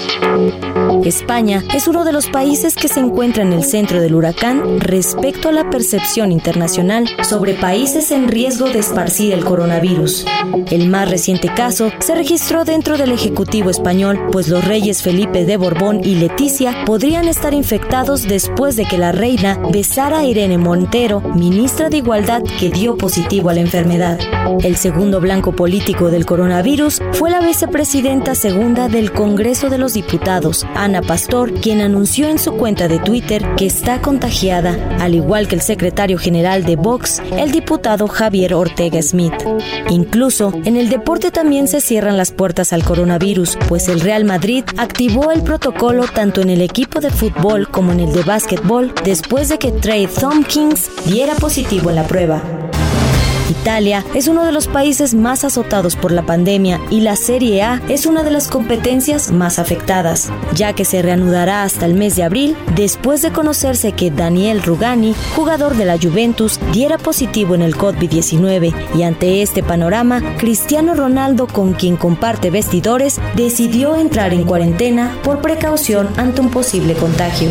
España es uno de los países que se encuentra en el centro del huracán respecto a la percepción internacional sobre países en riesgo de esparcir el coronavirus. El más reciente caso se registró dentro del Ejecutivo español, pues los reyes Felipe de Borbón y Leticia podrían estar infectados después de que la reina besara a Irene Montero, ministra de Igualdad, que dio positivo a la enfermedad. El segundo blanco político del coronavirus fue la vicepresidenta segunda del Congreso de los Diputados, Ana Pastor, quien anunció en su cuenta de Twitter que está contagiada, al igual que el secretario general de Vox, el diputado Javier Ortega Smith. Incluso, en el deporte también se cierran las puertas al coronavirus, pues el Real Madrid activó el protocolo tanto en el equipo de fútbol como en el de básquetbol, después de que Trey Tompkins diera positivo en la prueba. Italia es uno de los países más azotados por la pandemia y la Serie A es una de las competencias más afectadas, ya que se reanudará hasta el mes de abril después de conocerse que Daniel Rugani, jugador de la Juventus, diera positivo en el covid diecinueve y ante este panorama, Cristiano Ronaldo, con quien comparte vestidores, decidió entrar en cuarentena por precaución ante un posible contagio.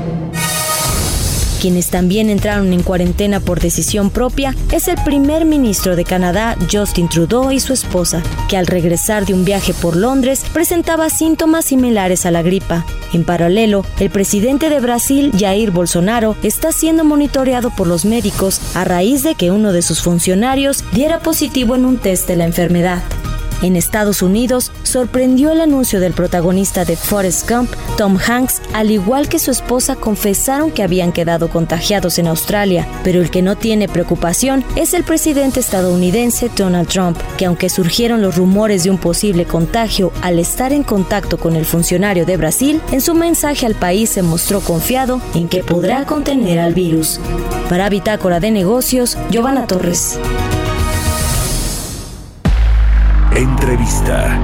Quienes también entraron en cuarentena por decisión propia es el primer ministro de Canadá, Justin Trudeau, y su esposa, que al regresar de un viaje por Londres presentaba síntomas similares a la gripa. En paralelo, el presidente de Brasil, Jair Bolsonaro, está siendo monitoreado por los médicos a raíz de que uno de sus funcionarios diera positivo en un test de la enfermedad. En Estados Unidos, sorprendió el anuncio del protagonista de Forrest Gump, Tom Hanks, al igual que su esposa confesaron que habían quedado contagiados en Australia, pero el que no tiene preocupación es el presidente estadounidense Donald Trump, que aunque surgieron los rumores de un posible contagio al estar en contacto con el funcionario de Brasil, en su mensaje al país se mostró confiado en que podrá contener al virus. Para Bitácora de Negocios, Giovanna Torres. Entrevista.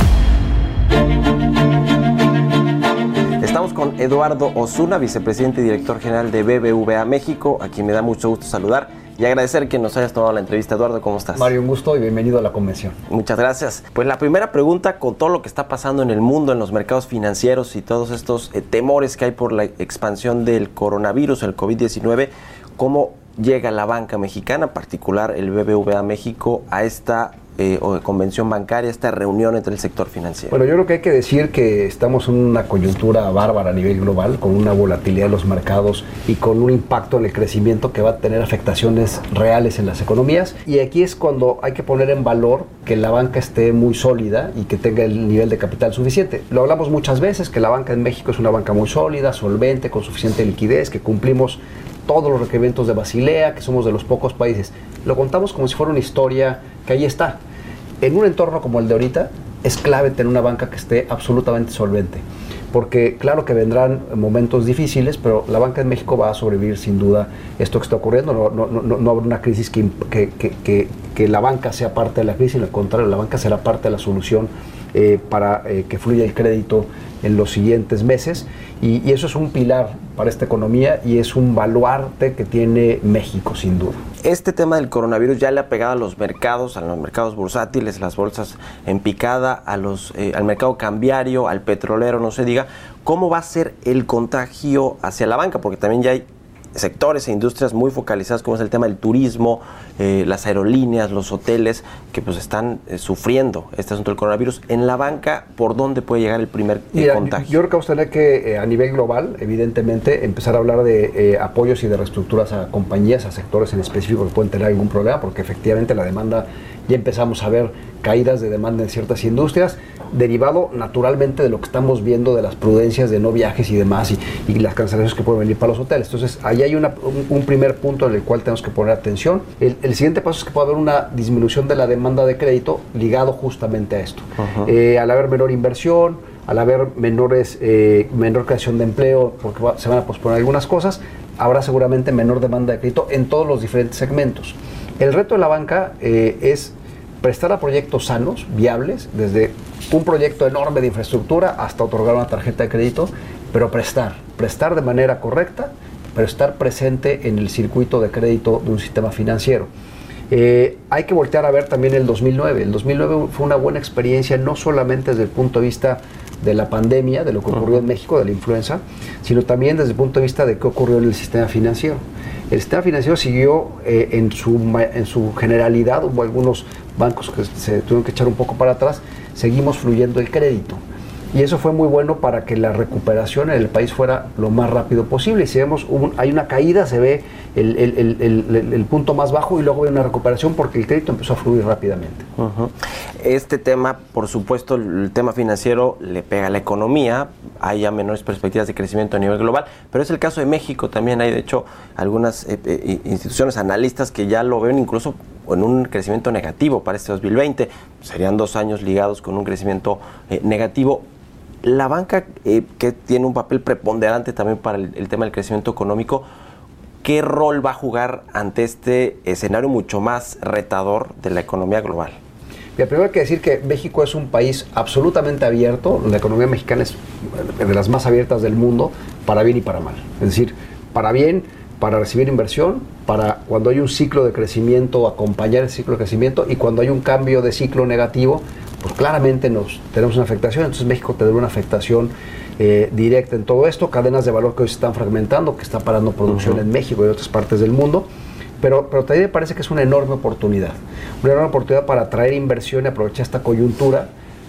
Estamos con Eduardo Osuna, vicepresidente y director general de B B V A México, a quien me da mucho gusto saludar y agradecer que nos hayas tomado la entrevista. Eduardo, ¿cómo estás? Mario, un gusto y bienvenido a la convención. Muchas gracias. Pues la primera pregunta, con todo lo que está pasando en el mundo, en los mercados financieros y todos estos eh, temores que hay por la expansión del coronavirus, el COVID diecinueve, ¿cómo llega la banca mexicana, en particular el B B V A México, a esta eh, convención bancaria, esta reunión entre el sector financiero? Bueno, yo creo que hay que decir que estamos en una coyuntura bárbara a nivel global, con una volatilidad de los mercados y con un impacto en el crecimiento que va a tener afectaciones reales en las economías. Y aquí es cuando hay que poner en valor que la banca esté muy sólida y que tenga el nivel de capital suficiente. Lo hablamos muchas veces, que la banca en México es una banca muy sólida, solvente, con suficiente liquidez, que cumplimos todos los requerimientos de Basilea, que somos de los pocos países. Lo contamos como si fuera una historia que ahí está. En un entorno como el de ahorita, es clave tener una banca que esté absolutamente solvente. Porque claro que vendrán momentos difíciles, pero la banca en México va a sobrevivir sin duda esto que está ocurriendo. No, no, no, no habrá una crisis que, que, que, que, que la banca sea parte de la crisis, al contrario, la banca será parte de la solución eh, para eh, que fluya el crédito en los siguientes meses. Y, y eso es un pilar para esta economía y es un baluarte que tiene México, sin duda. Este tema del coronavirus ya le ha pegado a los mercados, a los mercados bursátiles, las bolsas en picada, a los, eh, al mercado cambiario, al petrolero, no se diga. ¿Cómo va a ser el contagio hacia la banca? Porque también ya hay sectores e industrias muy focalizadas, como es el tema del turismo, eh, las aerolíneas, los hoteles, que pues están eh, sufriendo este asunto del coronavirus. En la banca, ¿por dónde puede llegar el primer eh, Mira, contagio? Yo, yo creo que vamos a tener que, eh, a nivel global, evidentemente, empezar a hablar de eh, apoyos y de reestructuras a compañías, a sectores en específico que pueden tener algún problema, porque efectivamente la demanda, ya empezamos a ver caídas de demanda en ciertas industrias, derivado naturalmente de lo que estamos viendo de las prudencias de no viajes y demás, y, y las cancelaciones que pueden venir para los hoteles. Entonces, ahí hay una, un, un primer punto en el cual tenemos que poner atención. El, el siguiente paso es que puede haber una disminución de la demanda de crédito ligado justamente a esto. Uh-huh. Eh, al haber menor inversión, al haber menores, eh, menor creación de empleo, porque va, se van a posponer algunas cosas, habrá seguramente menor demanda de crédito en todos los diferentes segmentos. El reto de la banca eh, es prestar a proyectos sanos, viables, desde un proyecto enorme de infraestructura hasta otorgar una tarjeta de crédito, pero prestar, prestar de manera correcta, pero estar presente en el circuito de crédito de un sistema financiero. Eh, hay que voltear a ver también el dos mil nueve. El dos mil nueve fue una buena experiencia, no solamente desde el punto de vista de la pandemia, de lo que ocurrió en México, de la influenza, sino también desde el punto de vista de qué ocurrió en el sistema financiero. El sistema financiero siguió eh, en, su, en su generalidad, hubo algunos bancos que se tuvieron que echar un poco para atrás, seguimos fluyendo el crédito. Y eso fue muy bueno para que la recuperación en el país fuera lo más rápido posible. Y si vemos, un, hay una caída, se ve el, el, el, el, el punto más bajo y luego hay una recuperación porque el crédito empezó a fluir rápidamente. Uh-huh. Este tema, por supuesto, el tema financiero le pega a la economía, hay ya menores perspectivas de crecimiento a nivel global, pero es el caso de México también. Hay, de hecho, algunas eh, eh, instituciones, analistas que ya lo ven incluso en un crecimiento negativo para este dos mil veinte. Serían dos años ligados con un crecimiento eh, negativo. La banca, eh, que tiene un papel preponderante también para el, el tema del crecimiento económico, ¿qué rol va a jugar ante este escenario mucho más retador de la economía global? Mira, primero hay que decir que México es un país absolutamente abierto. La economía mexicana es de las más abiertas del mundo, para bien y para mal. Es decir, para bien, para recibir inversión, para cuando hay un ciclo de crecimiento, acompañar el ciclo de crecimiento, y cuando hay un cambio de ciclo negativo, pues claramente nos tenemos una afectación. Entonces México tendrá una afectación eh, directa en todo esto, cadenas de valor que hoy se están fragmentando, que está parando producción uh-huh. en México y en otras partes del mundo, pero, pero también me parece que es una enorme oportunidad, una enorme oportunidad para atraer inversión y aprovechar esta coyuntura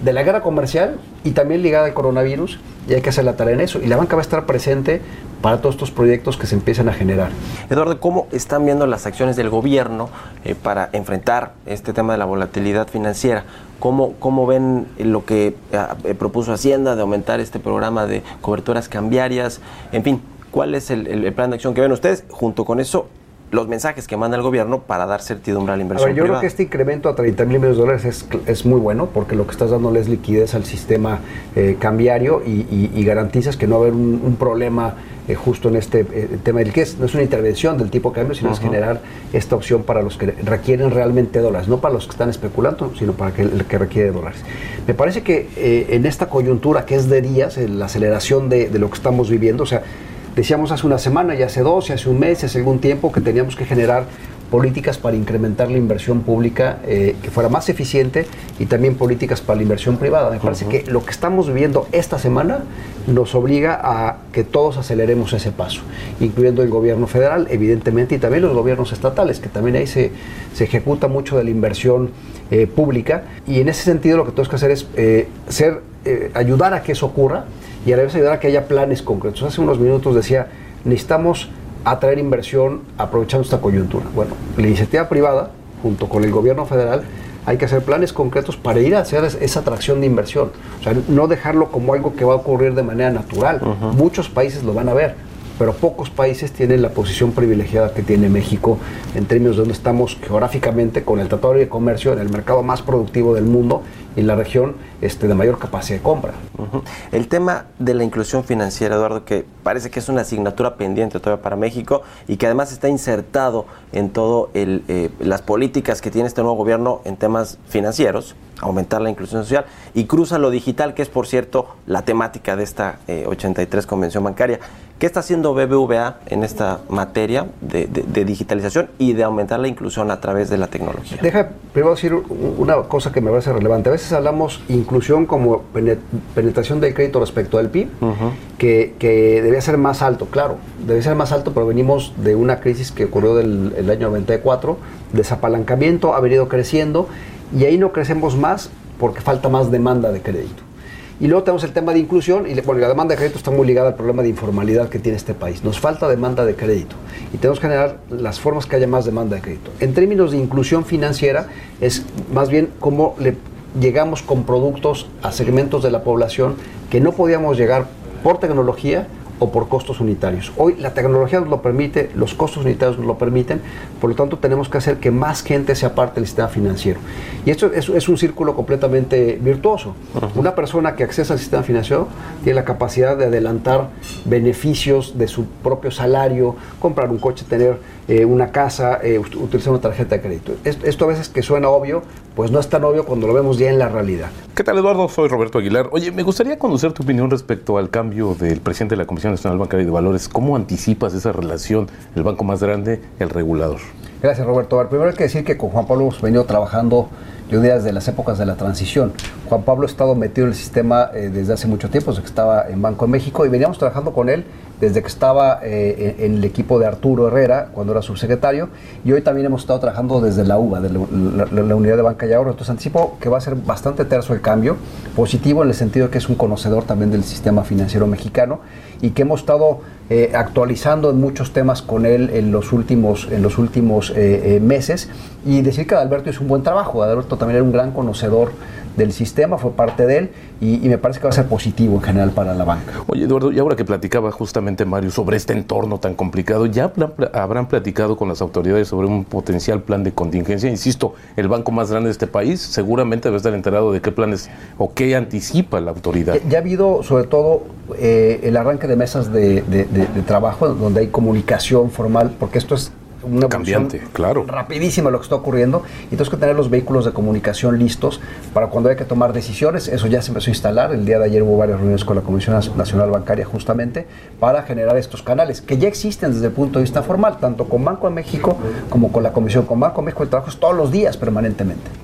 de la guerra comercial y también ligada al coronavirus, y hay que hacer la tarea en eso. Y la banca va a estar presente para todos estos proyectos que se empiezan a generar. Eduardo, ¿cómo están viendo las acciones del gobierno eh, para enfrentar este tema de la volatilidad financiera? ¿Cómo, cómo ven lo que eh, propuso Hacienda de aumentar este programa de coberturas cambiarias? En fin, ¿cuál es el, el plan de acción que ven ustedes? Junto con eso, los mensajes que manda el gobierno para dar certidumbre a la inversión a ver, yo privada. creo que este incremento a treinta mil millones de dólares es, es muy bueno, porque lo que estás dándole es liquidez al sistema eh, cambiario y, y, y garantizas que no va a haber un, un problema eh, justo en este eh, tema del que es, no es una intervención del tipo de cambio, sino uh-huh. es generar esta opción para los que requieren realmente dólares, no para los que están especulando, sino para que, el que requiere dólares. Me parece que eh, en esta coyuntura que es de días, eh, la aceleración de, de lo que estamos viviendo, o sea, decíamos hace una semana, y hace dos, y hace un mes, y hace algún tiempo que teníamos que generar políticas para incrementar la inversión pública eh, que fuera más eficiente y también políticas para la inversión privada. Me parece uh-huh. que lo que estamos viviendo esta semana nos obliga a que todos aceleremos ese paso, incluyendo el gobierno federal, evidentemente, y también los gobiernos estatales, que también ahí se, se ejecuta mucho de la inversión eh, pública, y en ese sentido lo que tenemos que hacer es eh, ser, eh, ayudar a que eso ocurra, y a la vez ayudar a que haya planes concretos. Hace unos minutos decía, necesitamos atraer inversión aprovechando esta coyuntura. Bueno, la iniciativa privada, junto con el gobierno federal, hay que hacer planes concretos para ir a hacer esa atracción de inversión. O sea, no dejarlo como algo que va a ocurrir de manera natural. Uh-huh. Muchos países lo van a ver, pero pocos países tienen la posición privilegiada que tiene México en términos de donde estamos geográficamente, con el Tratado de Comercio, en el mercado más productivo del mundo y en la región este, de mayor capacidad de compra. Uh-huh. El tema de la inclusión financiera, Eduardo, que parece que es una asignatura pendiente todavía para México y que además está insertado en todo el, eh, las políticas que tiene este nuevo gobierno en temas financieros, aumentar la inclusión social, y cruza lo digital, que es, por cierto, la temática de esta eh, ochenta y tres Convención Bancaria. ¿Qué está haciendo B B V A en esta materia de, de, de digitalización y de aumentar la inclusión a través de la tecnología? Deja primero decir una cosa que me parece relevante. A veces hablamos inclusión como penetración del crédito respecto al P I B, uh-huh. que, que debía ser más alto, claro, debe ser más alto, pero venimos de una crisis que ocurrió del el año noventa y cuatro, desapalancamiento, ha venido creciendo, y ahí no crecemos más porque falta más demanda de crédito. Y luego tenemos el tema de inclusión, y bueno, la demanda de crédito está muy ligada al problema de informalidad que tiene este país. Nos falta demanda de crédito y tenemos que generar las formas que haya más demanda de crédito. En términos de inclusión financiera, es más bien cómo le llegamos con productos a segmentos de la población que no podíamos llegar por tecnología o por costos unitarios. Hoy la tecnología nos lo permite, los costos unitarios nos lo permiten, por lo tanto tenemos que hacer que más gente sea parte del sistema financiero. Y esto es, es un círculo completamente virtuoso. Uh-huh. Una persona que accesa al sistema financiero tiene la capacidad de adelantar beneficios de su propio salario, comprar un coche, tener eh, una casa, eh, utilizar una tarjeta de crédito. Esto a veces que suena obvio, pues no es tan obvio cuando lo vemos ya en la realidad. ¿Qué tal, Eduardo? Soy Roberto Aguilar. Oye, me gustaría conocer tu opinión respecto al cambio del presidente de la Comisión Nacional Bancaria y de Valores. ¿Cómo anticipas esa relación, el banco más grande, el regulador? Gracias, Roberto. A ver, primero hay que decir que con Juan Pablo hemos venido trabajando, yo diría, desde las épocas de la transición. Juan Pablo ha estado metido en el sistema eh, desde hace mucho tiempo, desde que estaba en Banco de México, y veníamos trabajando con él desde que estaba eh, en el equipo de Arturo Herrera, cuando era subsecretario, y hoy también hemos estado trabajando desde la U B A, de la, la, la Unidad de Banca y Ahorro. Entonces anticipo que va a ser bastante terso el cambio, positivo en el sentido de que es un conocedor también del sistema financiero mexicano, y que hemos estado eh, actualizando en muchos temas con él en los últimos, en los últimos eh, eh, meses, y decir que Adalberto hizo un buen trabajo. Adalberto también era un gran conocedor del sistema, fue parte de él, y, y me parece que va a ser positivo en general para la banca. Oye, Eduardo, y ahora que platicaba justamente Mario sobre este entorno tan complicado, ¿ya habrán platicado con las autoridades sobre un potencial plan de contingencia? Insisto, el banco más grande de este país seguramente debe estar enterado de qué planes o qué anticipa la autoridad. Ya, ya ha habido, sobre todo, eh, el arranque de mesas de, de, de, de trabajo donde hay comunicación formal, porque esto es una cambiante, claro, rapidísima lo que está ocurriendo, y tenemos que tener los vehículos de comunicación listos para cuando hay que tomar decisiones. Eso ya se empezó a instalar. El día de ayer hubo varias reuniones con la Comisión Nacional Bancaria justamente para generar estos canales que ya existen desde el punto de vista formal, tanto con Banco de México como con la Comisión. Con Banco de México el trabajo es todos los días, permanentemente.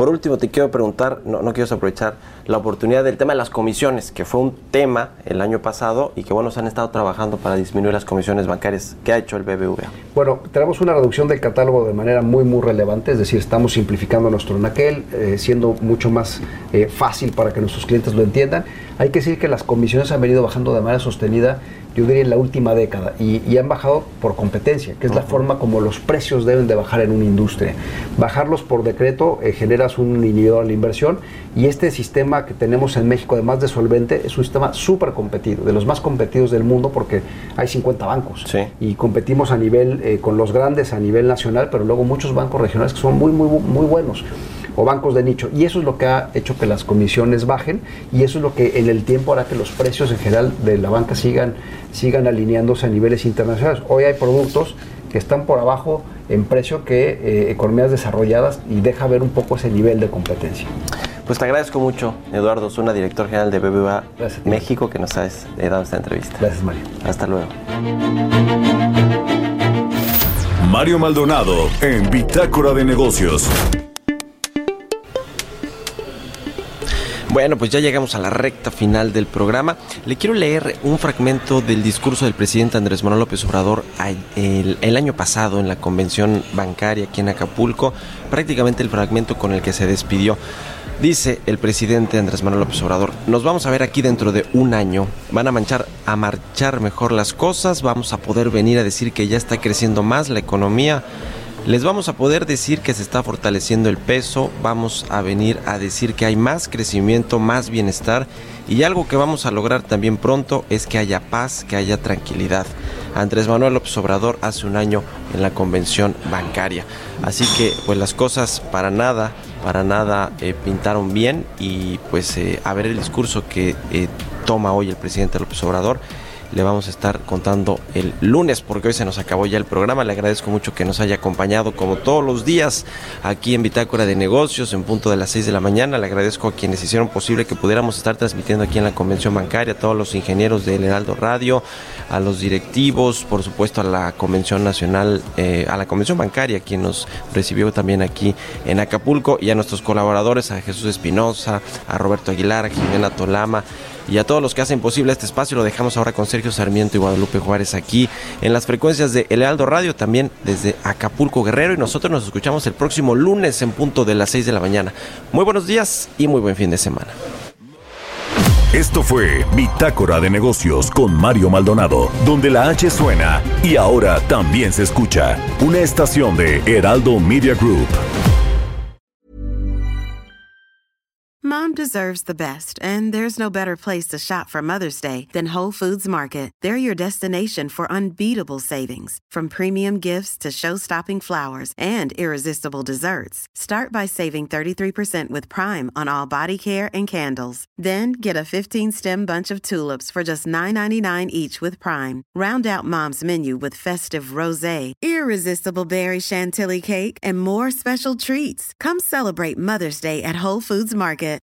por último te quiero preguntar, no, no quiero aprovechar la oportunidad del tema de las comisiones, que fue un tema el año pasado y que bueno, se han estado trabajando para disminuir las comisiones bancarias. ¿Qué ha hecho el B B V A? Bueno, tenemos una reducción del catálogo de manera muy muy relevante, es decir, estamos simplificando nuestro anaquel, eh, siendo mucho más eh, fácil para que nuestros clientes lo entiendan. Hay que decir que las comisiones han venido bajando de manera sostenida, yo diría en la última década, y, y han bajado por competencia, que es la forma como los precios deben de bajar en una industria. Bajarlos por decreto, eh, generas un inhibidor a la inversión, y este sistema que tenemos en México, además de solvente, es un sistema súper competido, de los más competidos del mundo, porque hay cincuenta bancos, sí. y competimos a nivel, eh, con los grandes a nivel nacional, pero luego muchos bancos regionales que son muy, muy, muy buenos, o bancos de nicho, y eso es lo que ha hecho que las comisiones bajen, y eso es lo que en el tiempo hará que los precios en general de la banca sigan, sigan alineándose a niveles internacionales. Hoy hay productos que están por abajo en precio que eh, economías desarrolladas, y deja ver un poco ese nivel de competencia. Pues te agradezco mucho, Eduardo Osuna, director general de B B V A México, que nos has eh, dado esta entrevista. Gracias, Mario. Hasta luego. Mario Maldonado en Bitácora de Negocios. Bueno, pues ya llegamos a la recta final del programa. Le quiero leer un fragmento del discurso del presidente Andrés Manuel López Obrador el, el año pasado en la convención bancaria aquí en Acapulco, prácticamente el fragmento con el que se despidió. Dice el presidente Andrés Manuel López Obrador: nos vamos a ver aquí dentro de un año, van a manchar, a marchar mejor las cosas, vamos a poder venir a decir que ya está creciendo más la economía. Les vamos a poder decir que se está fortaleciendo el peso, vamos a venir a decir que hay más crecimiento, más bienestar, y algo que vamos a lograr también pronto es que haya paz, que haya tranquilidad. Andrés Manuel López Obrador hace un año en la convención bancaria. Así que pues las cosas para nada, para nada eh, pintaron bien, y pues eh, a ver el discurso que eh, toma hoy el presidente López Obrador. Le vamos a estar contando el lunes, porque hoy se nos acabó ya el programa. Le agradezco mucho que nos haya acompañado como todos los días aquí en Bitácora de Negocios en punto de las seis de la mañana. Le agradezco a quienes hicieron posible que pudiéramos estar transmitiendo aquí en la Convención Bancaria, a todos los ingenieros del Heraldo Radio, a los directivos, por supuesto a la Convención Nacional, eh, a la Convención Bancaria, quien nos recibió también aquí en Acapulco, y a nuestros colaboradores, a Jesús Espinosa, a Roberto Aguilar, a Jimena Tolama, y a todos los que hacen posible este espacio. Lo dejamos ahora con Sergio Sarmiento y Guadalupe Juárez aquí en las frecuencias de El Heraldo Radio, también desde Acapulco, Guerrero, y nosotros nos escuchamos el próximo lunes en punto de las seis de la mañana. Muy buenos días y muy buen fin de semana. Esto fue Bitácora de Negocios con Mario Maldonado, donde la H suena y ahora también se escucha. Una estación de Heraldo Media Group. Mom deserves the best, and there's no better place to shop for Mother's Day than Whole Foods Market. They're your destination for unbeatable savings, from premium gifts to show-stopping flowers and irresistible desserts. Start by saving thirty-three percent with Prime on all body care and candles. Then get a fifteen-stem bunch of tulips for just nine ninety-nine each with Prime. Round out Mom's menu with festive rosé, irresistible berry chantilly cake, and more special treats. Come celebrate Mother's Day at Whole Foods Market.